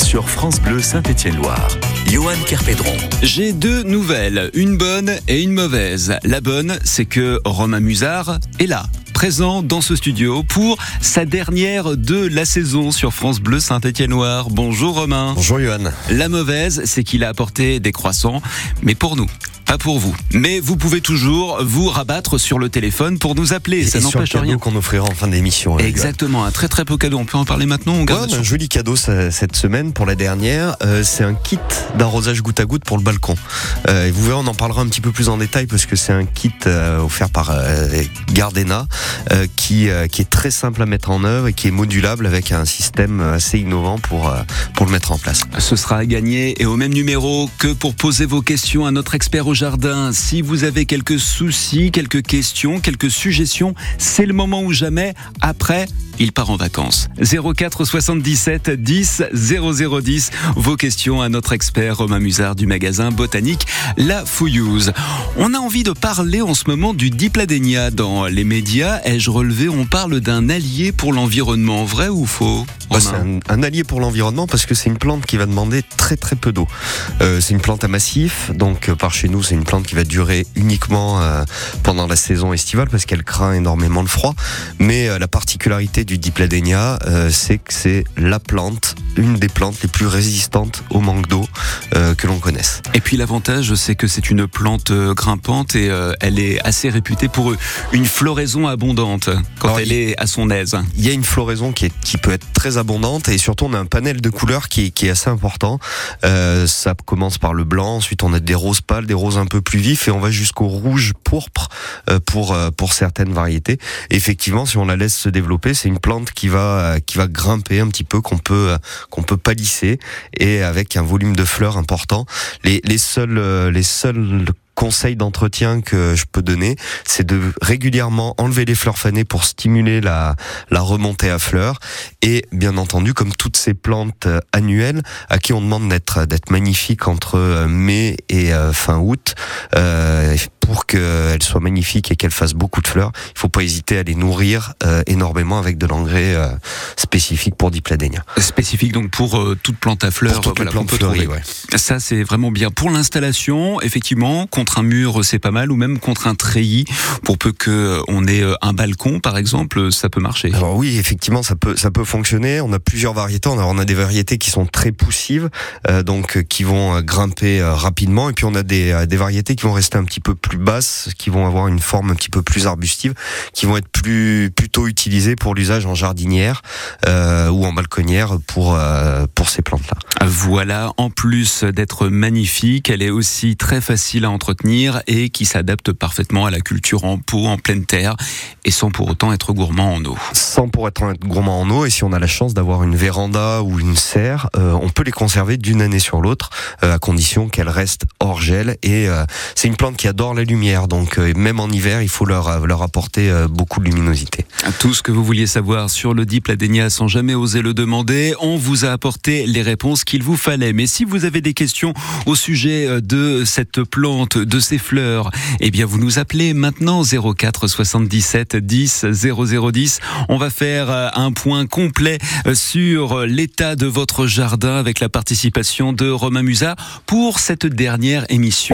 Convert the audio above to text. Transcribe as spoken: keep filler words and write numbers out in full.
sur France Bleu Saint-Étienne-Loire. Johan Kerpédron. J'ai deux nouvelles, une bonne et une mauvaise. La bonne, c'est que Romain Musard est là, présent dans ce studio pour sa dernière de la saison sur France Bleu Saint-Étienne-Loire. Bonjour Romain. Bonjour Johan. La mauvaise, c'est qu'il a apporté des croissants, mais pour nous. Pas pour vous. Mais vous pouvez toujours vous rabattre sur le téléphone pour nous appeler. Et ça n'empêche rien. rien. Qu'on offrira en fin d'émission. Exactement, un très très beau cadeau. On peut en parler maintenant. On garde ouais, un joli cadeau ça, cette semaine pour la dernière. Euh, c'est un kit d'arrosage goutte à goutte pour le balcon. Euh, et vous verrez, on en parlera un petit peu plus en détail parce que c'est un kit euh, offert par euh, Gardena euh, qui, euh, qui est très simple à mettre en œuvre et qui est modulable avec un système assez innovant pour, euh, pour le mettre en place. Ce sera à gagner et au même numéro que pour poser vos questions à notre expert au jardin. Si vous avez quelques soucis, quelques questions, quelques suggestions, c'est le moment ou jamais. Après, il part en vacances. zéro quatre soixante-dix-sept dix zéro zéro dix. Vos questions à notre expert Romain Musard du magasin botanique La Fouillouse. On a envie de parler en ce moment du dipladénia dans les médias. Ai-je relevé, on parle d'un allié pour l'environnement. Vrai ou faux? Bah, c'est un, un allié pour l'environnement parce que c'est une plante qui va demander très très peu d'eau. Euh, c'est une plante à massif, donc euh, par chez nous c'est une plante qui va durer uniquement euh, pendant la saison estivale parce qu'elle craint énormément le froid. Mais euh, la particularité du dipladénia, euh, c'est que c'est la plante, une des plantes les plus résistantes au manque d'eau euh, que l'on connaisse. Et puis l'avantage, c'est que c'est une plante euh, grimpante et euh, elle est assez réputée pour une floraison abondante quand Alors, elle il, est à son aise. Il y a une floraison qui, est, qui peut être très abondante et surtout on a un panel de couleurs qui, qui est assez important. Euh, ça commence par le blanc, ensuite on a des roses pâles, des roses un peu plus vifs et on va jusqu'au rouge pourpre euh, pour, euh, pour certaines variétés. Et effectivement, si on la laisse se développer, c'est une plante qui va, qui va grimper un petit peu, qu'on peut, qu'on peut palisser et avec un volume de fleurs important. Les, les seuls, les seuls conseil d'entretien que je peux donner, c'est de régulièrement enlever les fleurs fanées pour stimuler la, la remontée à fleurs et bien entendu, comme toutes ces plantes annuelles à qui on demande d'être, d'être magnifiques entre mai et euh, fin août, euh, pour qu'elles soient magnifiques et qu'elles fassent beaucoup de fleurs, il ne faut pas hésiter à les nourrir euh, énormément avec de l'engrais euh, spécifique pour dipladénia. Spécifique donc pour euh, toute plante à fleurs. Pour toute voilà, plante fleurie, ouais. Ça c'est vraiment bien. Pour l'installation, effectivement, contre un mur c'est pas mal ou même contre un treillis, pour peu qu'on ait un balcon par exemple, ça peut marcher. Alors oui, effectivement, ça peut, ça peut fonctionner. On a plusieurs variétés. On a, on a des variétés qui sont très poussives, euh, donc qui vont grimper euh, rapidement. Et puis on a des, euh, des variétés qui vont rester un petit peu plus basses, qui vont avoir une forme un petit peu plus arbustive, qui vont être plus plutôt utilisées pour l'usage en jardinière euh, ou en balconnière pour euh, pour ces plantes-là. Voilà, en plus d'être magnifique, elle est aussi très facile à entretenir et qui s'adapte parfaitement à la culture en pot, en pleine terre, et sans pour autant être gourmand en eau. Sans pour être gourmand en eau, et si on a la chance d'avoir une véranda ou une serre, euh, on peut les conserver d'une année sur l'autre, euh, à condition qu'elles restent hors gel. Et euh, c'est une plante qui adore la lumière, donc euh, même en hiver, il faut leur, leur apporter euh, beaucoup de luminosité. Tout ce que vous vouliez savoir sur le dipladénia sans jamais oser le demander, on vous a apporté les réponses qu'il vous fallait. Mais si vous avez des questions au sujet de cette plante, de ces fleurs, eh bien vous nous appelez maintenant zéro quatre soixante-dix-sept dix zéro zéro dix. On va faire un point complet sur l'état de votre jardin avec la participation de Romain Musard pour cette dernière émission.